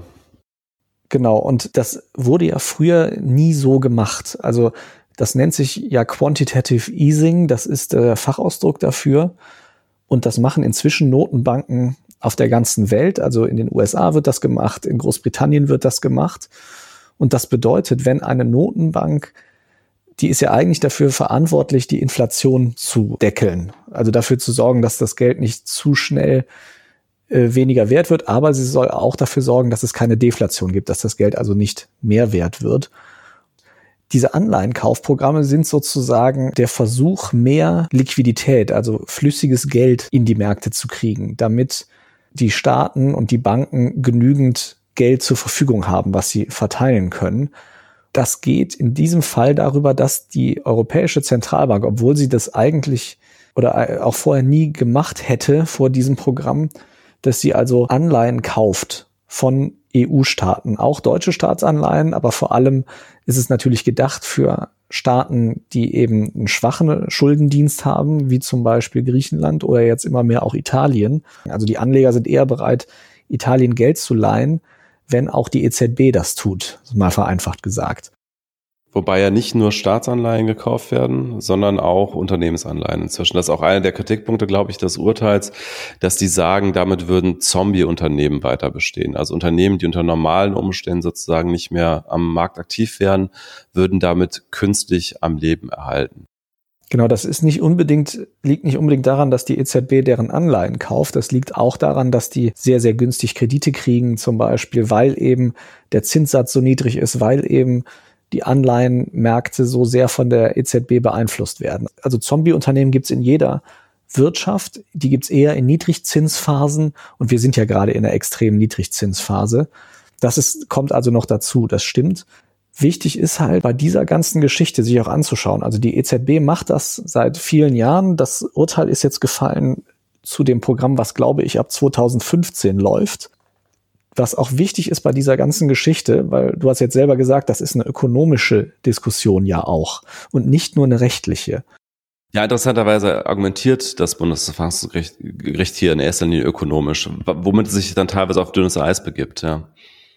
Genau, und das wurde ja früher nie so gemacht. Also das nennt sich ja Quantitative Easing, das ist der Fachausdruck dafür. Und das machen inzwischen Notenbanken auf der ganzen Welt. Also in den U S A wird das gemacht, in Großbritannien wird das gemacht. Und das bedeutet, wenn eine Notenbank, die ist ja eigentlich dafür verantwortlich, die Inflation zu deckeln. Also dafür zu sorgen, dass das Geld nicht zu schnell äh, weniger wert wird. Aber sie soll auch dafür sorgen, dass es keine Deflation gibt, dass das Geld also nicht mehr wert wird. Diese Anleihenkaufprogramme sind sozusagen der Versuch, mehr Liquidität, also flüssiges Geld in die Märkte zu kriegen, damit die Staaten und die Banken genügend Geld zur Verfügung haben, was sie verteilen können. Das geht in diesem Fall darüber, dass die Europäische Zentralbank, obwohl sie das eigentlich oder auch vorher nie gemacht hätte vor diesem Programm, dass sie also Anleihen kauft von E U-Staaten, auch deutsche Staatsanleihen, aber vor allem ist es natürlich gedacht für Staaten, die eben einen schwachen Schuldendienst haben, wie zum Beispiel Griechenland oder jetzt immer mehr auch Italien. Also die Anleger sind eher bereit, Italien Geld zu leihen, wenn auch die E Z B das tut, mal vereinfacht gesagt. Wobei ja nicht nur Staatsanleihen gekauft werden, sondern auch Unternehmensanleihen inzwischen. Das ist auch einer der Kritikpunkte, glaube ich, des Urteils, dass die sagen, damit würden Zombie-Unternehmen weiter bestehen. Also Unternehmen, die unter normalen Umständen sozusagen nicht mehr am Markt aktiv wären, würden damit künstlich am Leben erhalten. Genau, das ist nicht unbedingt, liegt nicht unbedingt daran, dass die E Z B deren Anleihen kauft. Das liegt auch daran, dass die sehr, sehr günstig Kredite kriegen, zum Beispiel, weil eben der Zinssatz so niedrig ist, weil eben die Anleihenmärkte so sehr von der E Z B beeinflusst werden. Also Zombie-Unternehmen gibt's in jeder Wirtschaft, die gibt's eher in Niedrigzinsphasen und wir sind ja gerade in einer extremen Niedrigzinsphase. Das ist, kommt also noch dazu, das stimmt. Wichtig ist halt bei dieser ganzen Geschichte sich auch anzuschauen. Also die E Z B macht das seit vielen Jahren. Das Urteil ist jetzt gefallen zu dem Programm, was glaube ich ab zweitausendfünfzehn läuft. Was auch wichtig ist bei dieser ganzen Geschichte, weil du hast jetzt selber gesagt, das ist eine ökonomische Diskussion ja auch und nicht nur eine rechtliche. Ja, interessanterweise argumentiert das Bundesverfassungsgericht hier in erster Linie ökonomisch, womit es sich dann teilweise auf dünnes Eis begibt, ja.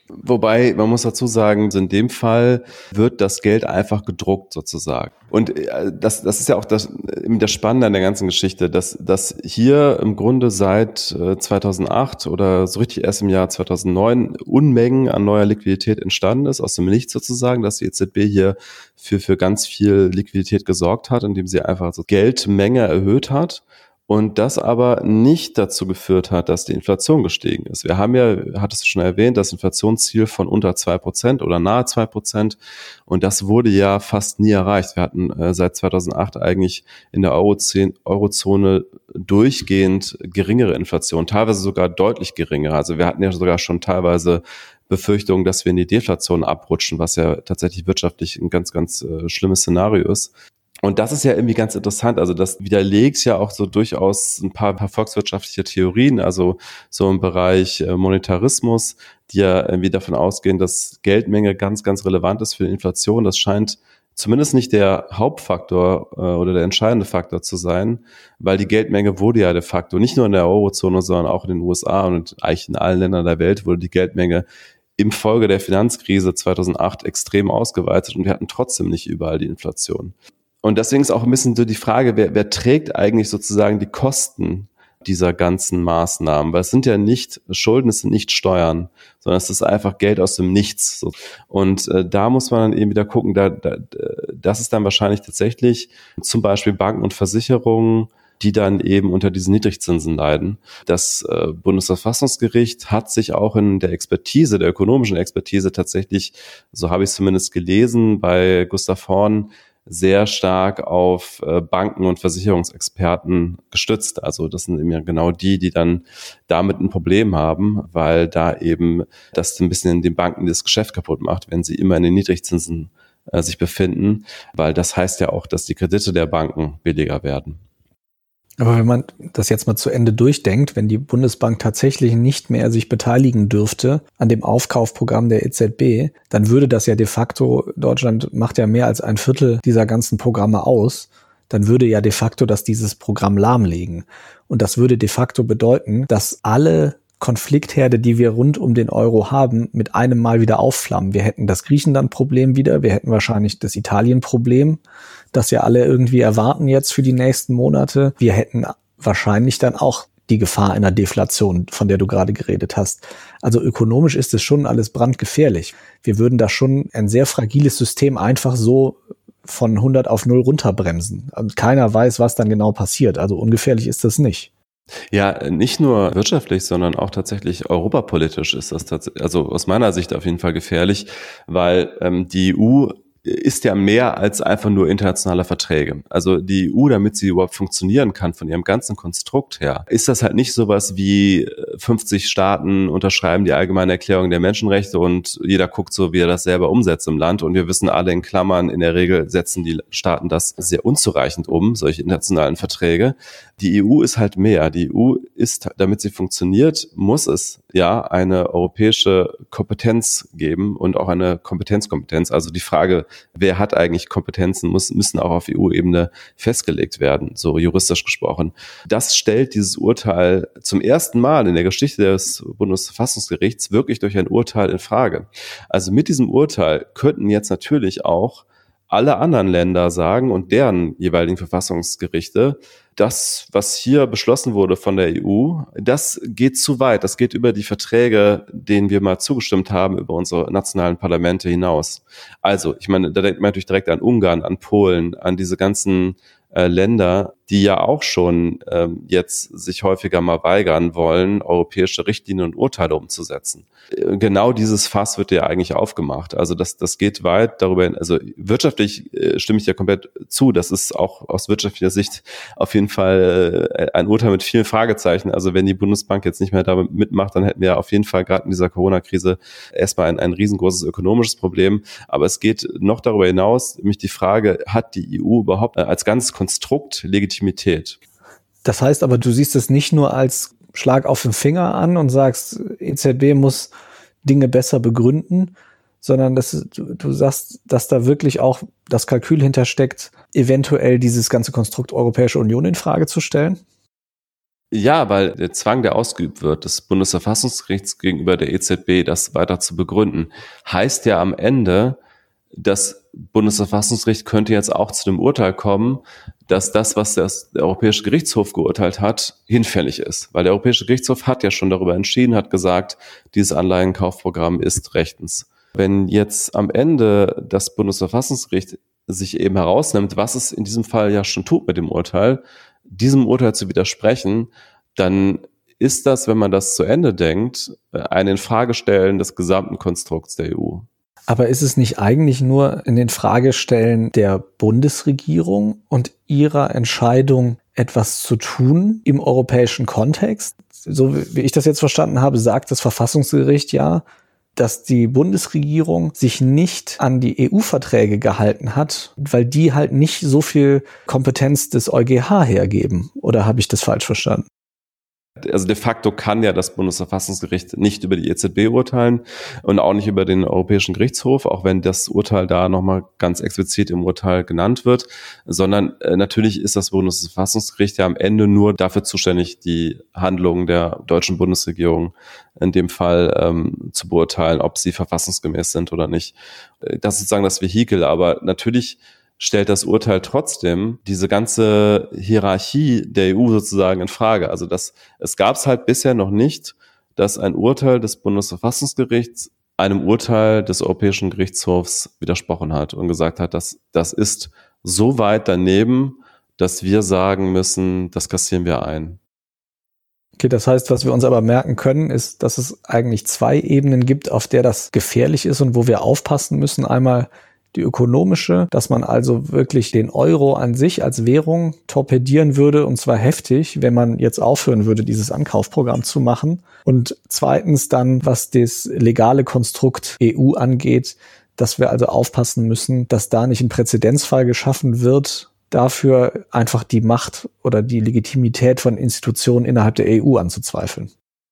Wobei, man muss dazu sagen, in dem Fall wird das Geld einfach gedruckt sozusagen. Und das, das ist ja auch das, das Spannende an der ganzen Geschichte, dass, dass hier im Grunde seit zweitausendacht oder so richtig erst im Jahr zweitausendneun Unmengen an neuer Liquidität entstanden ist, aus dem Nichts sozusagen, dass die E Z B hier für, für ganz viel Liquidität gesorgt hat, indem sie einfach so Geldmenge erhöht hat. Und das aber nicht dazu geführt hat, dass die Inflation gestiegen ist. Wir haben ja, hattest du schon erwähnt, das Inflationsziel von unter zwei Prozent oder nahe zwei Prozent. Und das wurde ja fast nie erreicht. Wir hatten äh, seit zweitausendacht eigentlich in der Eurozone durchgehend geringere Inflation, teilweise sogar deutlich geringer. Also wir hatten ja sogar schon teilweise Befürchtungen, dass wir in die Deflation abrutschen, was ja tatsächlich wirtschaftlich ein ganz, ganz äh, schlimmes Szenario ist. Und das ist ja irgendwie ganz interessant. Also das widerlegt ja auch so durchaus ein paar, paar volkswirtschaftliche Theorien, also so im Bereich Monetarismus, die ja irgendwie davon ausgehen, dass Geldmenge ganz, ganz relevant ist für die Inflation. Das scheint zumindest nicht der Hauptfaktor äh, oder der entscheidende Faktor zu sein, weil die Geldmenge wurde ja de facto nicht nur in der Eurozone, sondern auch in den U S A und eigentlich in allen Ländern der Welt wurde die Geldmenge im Folge der Finanzkrise zweitausendacht extrem ausgeweitet und wir hatten trotzdem nicht überall die Inflation. Und deswegen ist auch ein bisschen so die Frage, wer, wer trägt eigentlich sozusagen die Kosten dieser ganzen Maßnahmen? Weil es sind ja nicht Schulden, es sind nicht Steuern, sondern es ist einfach Geld aus dem Nichts. Und äh, da muss man dann eben wieder gucken, da, da, das ist dann wahrscheinlich tatsächlich zum Beispiel Banken und Versicherungen, die dann eben unter diesen Niedrigzinsen leiden. Das äh, Bundesverfassungsgericht hat sich auch in der Expertise, der ökonomischen Expertise tatsächlich, so habe ich es zumindest gelesen, bei Gustav Horn, sehr stark auf äh, Banken- und Versicherungsexperten gestützt. Also das sind eben ja genau die, die dann damit ein Problem haben, weil da eben das ein bisschen in den Banken das Geschäft kaputt macht, wenn sie immer in den Niedrigzinsen äh, sich befinden, weil das heißt ja auch, dass die Kredite der Banken billiger werden. Aber wenn man das jetzt mal zu Ende durchdenkt, wenn die Bundesbank tatsächlich nicht mehr sich beteiligen dürfte an dem Aufkaufprogramm der E Z B, dann würde das ja de facto, Deutschland macht ja mehr als ein Viertel dieser ganzen Programme aus, dann würde ja de facto das dieses Programm lahmlegen. Und das würde de facto bedeuten, dass alle Konfliktherde, die wir rund um den Euro haben, mit einem Mal wieder aufflammen. Wir hätten das Griechenland-Problem wieder, wir hätten wahrscheinlich das Italien-Problem, das ja alle irgendwie erwarten jetzt für die nächsten Monate. Wir hätten wahrscheinlich dann auch die Gefahr einer Deflation, von der du gerade geredet hast. Also ökonomisch ist es schon alles brandgefährlich. Wir würden da schon ein sehr fragiles System einfach so von hundert auf null runterbremsen. Und keiner weiß, was dann genau passiert. Also ungefährlich ist das nicht. Ja, nicht nur wirtschaftlich, sondern auch tatsächlich europapolitisch ist das tatsächlich, also aus meiner Sicht auf jeden Fall gefährlich, weil ähm, die E U ist ja mehr als einfach nur internationale Verträge. Also die E U, damit sie überhaupt funktionieren kann von ihrem ganzen Konstrukt her, ist das halt nicht sowas wie fünfzig Staaten unterschreiben die Allgemeine Erklärung der Menschenrechte und jeder guckt so, wie er das selber umsetzt im Land. Und wir wissen alle in Klammern, in der Regel setzen die Staaten das sehr unzureichend um, solche internationalen Verträge. Die E U ist halt mehr. Die E U ist, damit sie funktioniert, muss es ja eine europäische Kompetenz geben und auch eine Kompetenzkompetenz. Also die Frage, wer hat eigentlich Kompetenzen, muss, müssen auch auf E U-Ebene festgelegt werden, so juristisch gesprochen. Das stellt dieses Urteil zum ersten Mal in der Geschichte des Bundesverfassungsgerichts wirklich durch ein Urteil in Frage. Also mit diesem Urteil könnten jetzt natürlich auch alle anderen Länder sagen und deren jeweiligen Verfassungsgerichte, das, was hier beschlossen wurde von der E U, das geht zu weit. Das geht über die Verträge, denen wir mal zugestimmt haben, über unsere nationalen Parlamente hinaus. Also, ich meine, da denkt man natürlich direkt an Ungarn, an Polen, an diese ganzen äh, Länder, die ja auch schon ähm, jetzt sich häufiger mal weigern wollen, europäische Richtlinien und Urteile umzusetzen. Äh, genau dieses Fass wird ja eigentlich aufgemacht. Also das, das geht weit darüber hin. Also wirtschaftlich äh, stimme ich dir komplett zu. Das ist auch aus wirtschaftlicher Sicht auf jeden Fall äh, ein Urteil mit vielen Fragezeichen. Also wenn die Bundesbank jetzt nicht mehr damit mitmacht, dann hätten wir auf jeden Fall gerade in dieser Corona-Krise erstmal ein, ein riesengroßes ökonomisches Problem. Aber es geht noch darüber hinaus, nämlich die Frage, hat die E U überhaupt als ganzes Konstrukt Legitimität? Das heißt aber, du siehst es nicht nur als Schlag auf den Finger an und sagst, E Z B muss Dinge besser begründen, sondern dass du, du sagst, dass da wirklich auch das Kalkül hintersteckt, eventuell dieses ganze Konstrukt Europäische Union in Frage zu stellen? Ja, weil der Zwang, der ausgeübt wird, des Bundesverfassungsgerichts gegenüber der E Z B, das weiter zu begründen, heißt ja am Ende, das Bundesverfassungsgericht könnte jetzt auch zu dem Urteil kommen, dass das, was das, der Europäische Gerichtshof geurteilt hat, hinfällig ist. Weil der Europäische Gerichtshof hat ja schon darüber entschieden, hat gesagt, dieses Anleihenkaufprogramm ist rechtens. Wenn jetzt am Ende das Bundesverfassungsgericht sich eben herausnimmt, was es in diesem Fall ja schon tut mit dem Urteil, diesem Urteil zu widersprechen, dann ist das, wenn man das zu Ende denkt, ein Infragestellen des gesamten Konstrukts der E U. Aber ist es nicht eigentlich nur in den Fragestellen der Bundesregierung und ihrer Entscheidung, etwas zu tun im europäischen Kontext? So wie ich das jetzt verstanden habe, sagt das Verfassungsgericht ja, dass die Bundesregierung sich nicht an die E U-Verträge gehalten hat, weil die halt nicht so viel Kompetenz des EuGH hergeben. Oder habe ich das falsch verstanden? Also de facto kann ja das Bundesverfassungsgericht nicht über die E Z B urteilen und auch nicht über den Europäischen Gerichtshof, auch wenn das Urteil da nochmal ganz explizit im Urteil genannt wird, sondern äh, natürlich ist das Bundesverfassungsgericht ja am Ende nur dafür zuständig, die Handlungen der deutschen Bundesregierung in dem Fall ähm, zu beurteilen, ob sie verfassungsgemäß sind oder nicht. Das ist sozusagen das Vehikel, aber natürlich stellt das Urteil trotzdem diese ganze Hierarchie der E U sozusagen in Frage. Also das, es gab es halt bisher noch nicht, dass ein Urteil des Bundesverfassungsgerichts einem Urteil des Europäischen Gerichtshofs widersprochen hat und gesagt hat, dass das ist so weit daneben, dass wir sagen müssen, das kassieren wir ein. Okay, das heißt, was wir uns aber merken können, ist, dass es eigentlich zwei Ebenen gibt, auf der das gefährlich ist und wo wir aufpassen müssen. Einmal die ökonomische, dass man also wirklich den Euro an sich als Währung torpedieren würde, und zwar heftig, wenn man jetzt aufhören würde, dieses Ankaufprogramm zu machen. Und zweitens dann, was das legale Konstrukt E U angeht, dass wir also aufpassen müssen, dass da nicht ein Präzedenzfall geschaffen wird, dafür einfach die Macht oder die Legitimität von Institutionen innerhalb der E U anzuzweifeln.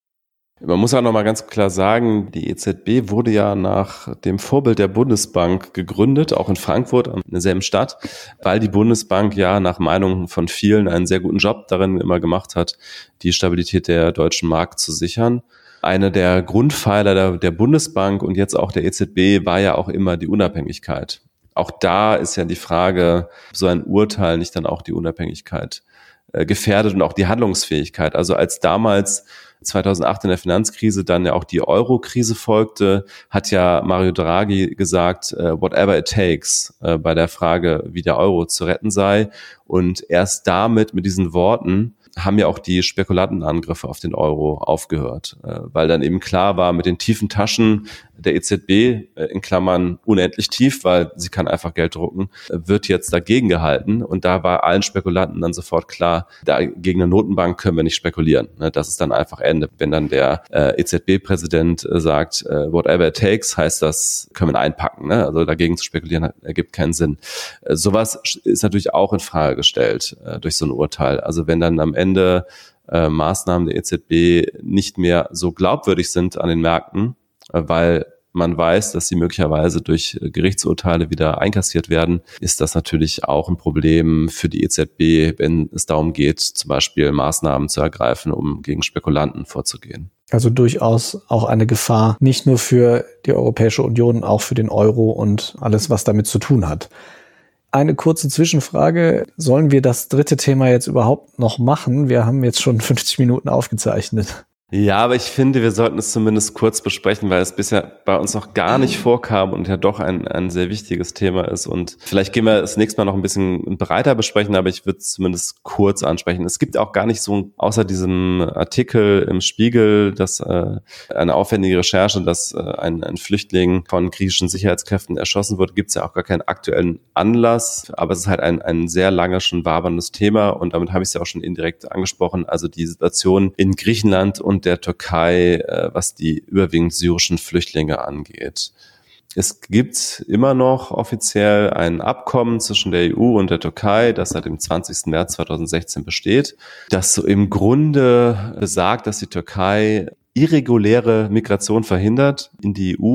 Man muss auch noch mal ganz klar sagen, die E Z B wurde ja nach dem Vorbild der Bundesbank gegründet, auch in Frankfurt, in derselben Stadt, weil die Bundesbank ja nach Meinung von vielen einen sehr guten Job darin immer gemacht hat, die Stabilität der deutschen Mark zu sichern. Eine der Grundpfeiler der, der Bundesbank und jetzt auch der E Z B war ja auch immer die Unabhängigkeit. Auch da ist ja die Frage, ob so ein Urteil nicht dann auch die Unabhängigkeit äh, gefährdet und auch die Handlungsfähigkeit. Also als damals zweitausendacht in der Finanzkrise dann ja auch die Euro-Krise folgte, hat ja Mario Draghi gesagt, uh, whatever it takes, uh, bei der Frage, wie der Euro zu retten sei. Und erst damit, mit diesen Worten, haben ja auch die Spekulantenangriffe auf den Euro aufgehört, äh, weil dann eben klar war, mit den tiefen Taschen der E Z B, äh, in Klammern unendlich tief, weil sie kann einfach Geld drucken, äh, wird jetzt dagegen gehalten. Und da war allen Spekulanten dann sofort klar, da gegen eine Notenbank können wir nicht spekulieren. Ne? Das ist dann einfach Ende. Wenn dann der äh, E Z B-Präsident äh, sagt, äh, whatever it takes, heißt das, können wir einpacken. Ne? Also dagegen zu spekulieren hat, ergibt keinen Sinn. Äh, sowas ist natürlich auch in Frage gestellt äh, durch so ein Urteil. Also wenn dann am Ende Ende äh, Maßnahmen der E Z B nicht mehr so glaubwürdig sind an den Märkten, äh, weil man weiß, dass sie möglicherweise durch äh, Gerichtsurteile wieder einkassiert werden, ist das natürlich auch ein Problem für die E Z B, wenn es darum geht, zum Beispiel Maßnahmen zu ergreifen, um gegen Spekulanten vorzugehen. Also durchaus auch eine Gefahr, nicht nur für die Europäische Union, auch für den Euro und alles, was damit zu tun hat. Eine kurze Zwischenfrage. Sollen wir das dritte Thema jetzt überhaupt noch machen? Wir haben jetzt schon fünfzig Minuten aufgezeichnet. Ja, aber ich finde, wir sollten es zumindest kurz besprechen, weil es bisher bei uns noch gar nicht vorkam und ja doch ein, ein sehr wichtiges Thema ist. Und vielleicht gehen wir das nächste Mal noch ein bisschen breiter besprechen, aber ich würde es zumindest kurz ansprechen. Es gibt auch gar nicht so, außer diesem Artikel im Spiegel, dass äh, eine aufwendige Recherche, dass äh, ein, ein Flüchtling von griechischen Sicherheitskräften erschossen wurde, gibt es ja auch gar keinen aktuellen Anlass. Aber es ist halt ein, ein sehr lange schon waberndes Thema und damit habe ich es ja auch schon indirekt angesprochen. Also die Situation in Griechenland und der Türkei, was die überwiegend syrischen Flüchtlinge angeht. Es gibt immer noch offiziell ein Abkommen zwischen der E U und der Türkei, das seit dem zwanzigsten März zweitausendsechzehn besteht, das so im Grunde besagt, dass die Türkei irreguläre Migration verhindert in die E U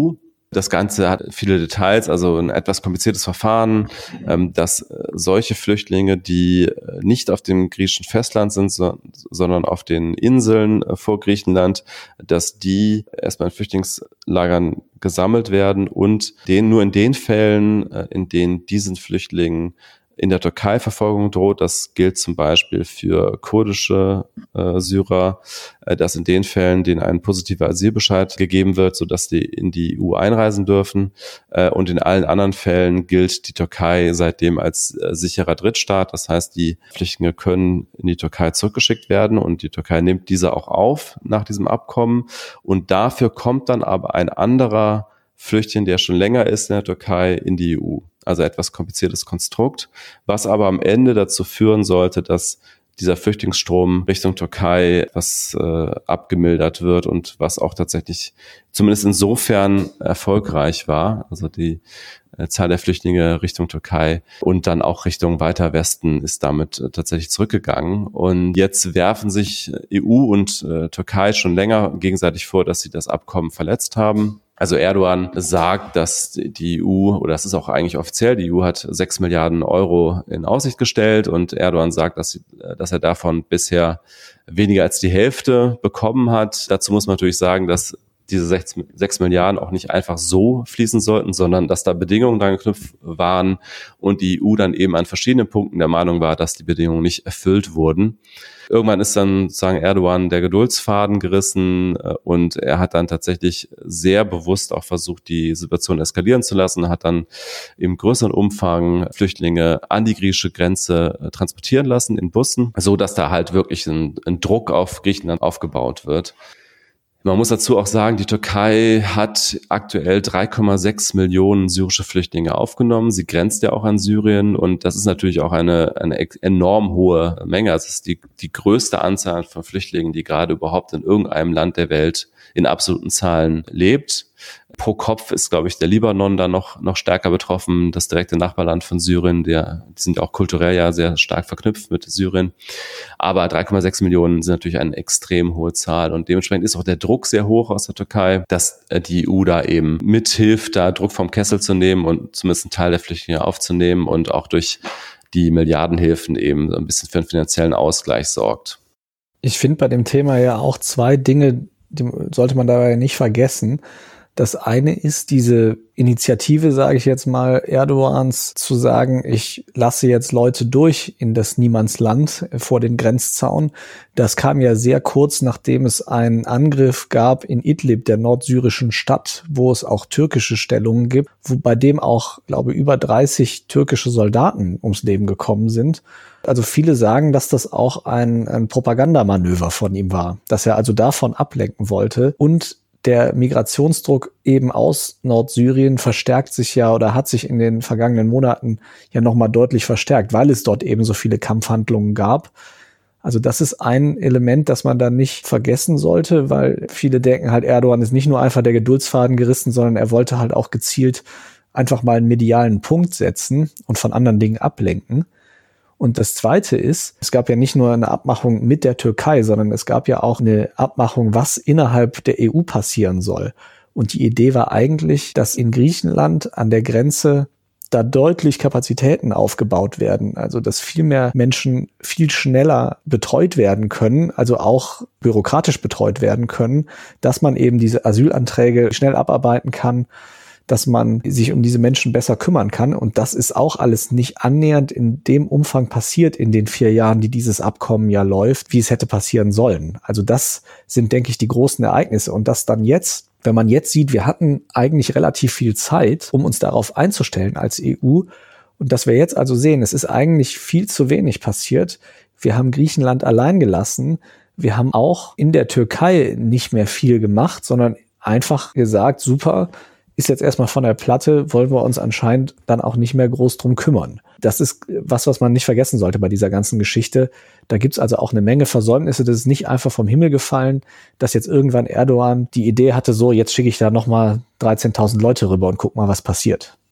Das Ganze hat viele Details, also ein etwas kompliziertes Verfahren, ähm, dass solche Flüchtlinge, die nicht auf dem griechischen Festland sind, so, sondern auf den Inseln vor Griechenland, dass die erstmal in Flüchtlingslagern gesammelt werden und denen nur in den Fällen, in denen diesen Flüchtlingen in der Türkei Verfolgung droht, das gilt zum Beispiel für kurdische äh, Syrer, äh, dass in den Fällen, denen ein positiver Asylbescheid gegeben wird, sodass die in die E U einreisen dürfen. Äh, und in allen anderen Fällen gilt die Türkei seitdem als äh, sicherer Drittstaat. Das heißt, die Flüchtlinge können in die Türkei zurückgeschickt werden und die Türkei nimmt diese auch auf nach diesem Abkommen. Und dafür kommt dann aber ein anderer Flüchtling, der schon länger ist in der Türkei, in die E U. Also etwas kompliziertes Konstrukt, was aber am Ende dazu führen sollte, dass dieser Flüchtlingsstrom Richtung Türkei etwas äh, abgemildert wird und was auch tatsächlich zumindest insofern erfolgreich war. Also die äh, Zahl der Flüchtlinge Richtung Türkei und dann auch Richtung weiter Westen ist damit äh, tatsächlich zurückgegangen. Und jetzt werfen sich E U und äh, Türkei schon länger gegenseitig vor, dass sie das Abkommen verletzt haben. Also Erdogan sagt, dass die E U, oder das ist auch eigentlich offiziell, die E U hat sechs Milliarden Euro in Aussicht gestellt und Erdogan sagt, dass, dass er davon bisher weniger als die Hälfte bekommen hat. Dazu muss man natürlich sagen, dass diese sechs Milliarden auch nicht einfach so fließen sollten, sondern dass da Bedingungen dran geknüpft waren und die E U dann eben an verschiedenen Punkten der Meinung war, dass die Bedingungen nicht erfüllt wurden. Irgendwann ist dann sozusagen Erdogan der Geduldsfaden gerissen und er hat dann tatsächlich sehr bewusst auch versucht, die Situation eskalieren zu lassen, hat dann im größeren Umfang Flüchtlinge an die griechische Grenze transportieren lassen in Bussen, so dass da halt wirklich ein, ein Druck auf Griechenland aufgebaut wird. Man muss dazu auch sagen, die Türkei hat aktuell drei Komma sechs Millionen syrische Flüchtlinge aufgenommen. Sie grenzt ja auch an Syrien und das ist natürlich auch eine, eine enorm hohe Menge. Also es ist die, die größte Anzahl von Flüchtlingen, die gerade überhaupt in irgendeinem Land der Welt in absoluten Zahlen lebt. Pro Kopf ist, glaube ich, der Libanon da noch noch stärker betroffen, das direkte Nachbarland von Syrien. Der, die sind auch kulturell ja sehr stark verknüpft mit Syrien. Aber drei Komma sechs Millionen sind natürlich eine extrem hohe Zahl und dementsprechend ist auch der Druck sehr hoch aus der Türkei, dass die E U da eben mithilft, da Druck vom Kessel zu nehmen und zumindest einen Teil der Flüchtlinge aufzunehmen und auch durch die Milliardenhilfen eben ein bisschen für einen finanziellen Ausgleich sorgt. Ich finde bei dem Thema ja auch zwei Dinge, die sollte man dabei nicht vergessen. Das eine ist diese Initiative, sage ich jetzt mal, Erdogans zu sagen, ich lasse jetzt Leute durch in das Niemandsland vor den Grenzzaun. Das kam ja sehr kurz, nachdem es einen Angriff gab in Idlib, der nordsyrischen Stadt, wo es auch türkische Stellungen gibt, wo bei dem auch, glaube ich, über dreißig türkische Soldaten ums Leben gekommen sind. Also viele sagen, dass das auch ein, ein Propagandamanöver von ihm war, dass er also davon ablenken wollte. Und der Migrationsdruck eben aus Nordsyrien verstärkt sich ja oder hat sich in den vergangenen Monaten ja nochmal deutlich verstärkt, weil es dort eben so viele Kampfhandlungen gab. Also das ist ein Element, das man da nicht vergessen sollte, weil viele denken halt, Erdogan ist nicht nur einfach der Geduldsfaden gerissen, sondern er wollte halt auch gezielt einfach mal einen medialen Punkt setzen und von anderen Dingen ablenken. Und das Zweite ist, es gab ja nicht nur eine Abmachung mit der Türkei, sondern es gab ja auch eine Abmachung, was innerhalb der E U passieren soll. Und die Idee war eigentlich, dass in Griechenland an der Grenze da deutlich Kapazitäten aufgebaut werden. Also dass viel mehr Menschen viel schneller betreut werden können, also auch bürokratisch betreut werden können, dass man eben diese Asylanträge schnell abarbeiten kann, dass man sich um diese Menschen besser kümmern kann. Und das ist auch alles nicht annähernd in dem Umfang passiert in den vier Jahren, die dieses Abkommen ja läuft, wie es hätte passieren sollen. Also das sind, denke ich, die großen Ereignisse. Und das dann jetzt, wenn man jetzt sieht, wir hatten eigentlich relativ viel Zeit, um uns darauf einzustellen als E U. Und dass wir jetzt also sehen, es ist eigentlich viel zu wenig passiert. Wir haben Griechenland allein gelassen. Wir haben auch in der Türkei nicht mehr viel gemacht, sondern einfach gesagt, super, ist jetzt erstmal von der Platte, wollen wir uns anscheinend dann auch nicht mehr groß drum kümmern. Das ist was, was man nicht vergessen sollte bei dieser ganzen Geschichte. Da gibt's also auch eine Menge Versäumnisse. Das ist nicht einfach vom Himmel gefallen, dass jetzt irgendwann Erdogan die Idee hatte, so, jetzt schicke ich da nochmal dreizehntausend Leute rüber und guck mal, was passiert.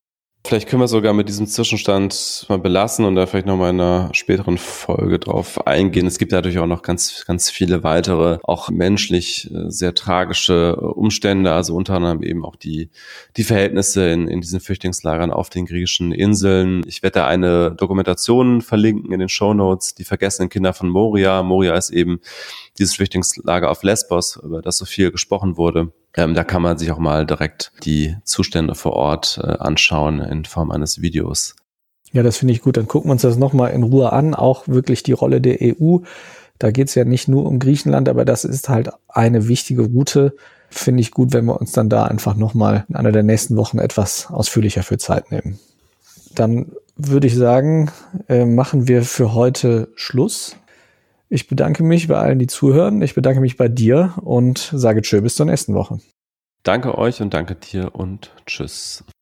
Vielleicht können wir sogar mit diesem Zwischenstand mal belassen und da vielleicht nochmal in einer späteren Folge drauf eingehen. Es gibt natürlich auch noch ganz, ganz viele weitere, auch menschlich sehr tragische Umstände, also unter anderem eben auch die, die Verhältnisse in, in diesen Flüchtlingslagern auf den griechischen Inseln. Ich werde da eine Dokumentation verlinken in den Shownotes, die vergessenen Kinder von Moria. Moria ist eben dieses Flüchtlingslager auf Lesbos, über das so viel gesprochen wurde. Ähm, da kann man sich auch mal direkt die Zustände vor Ort äh, anschauen in Form eines Videos. Ja, das finde ich gut. Dann gucken wir uns das nochmal in Ruhe an. Auch wirklich die Rolle der E U. Da geht es ja nicht nur um Griechenland, aber das ist halt eine wichtige Route. Finde ich gut, wenn wir uns dann da einfach nochmal in einer der nächsten Wochen etwas ausführlicher für Zeit nehmen. Dann würde ich sagen, äh, machen wir für heute Schluss. Ich bedanke mich bei allen, die zuhören. Ich bedanke mich bei dir und sage tschö bis zur nächsten Woche. Danke euch und danke dir und tschüss.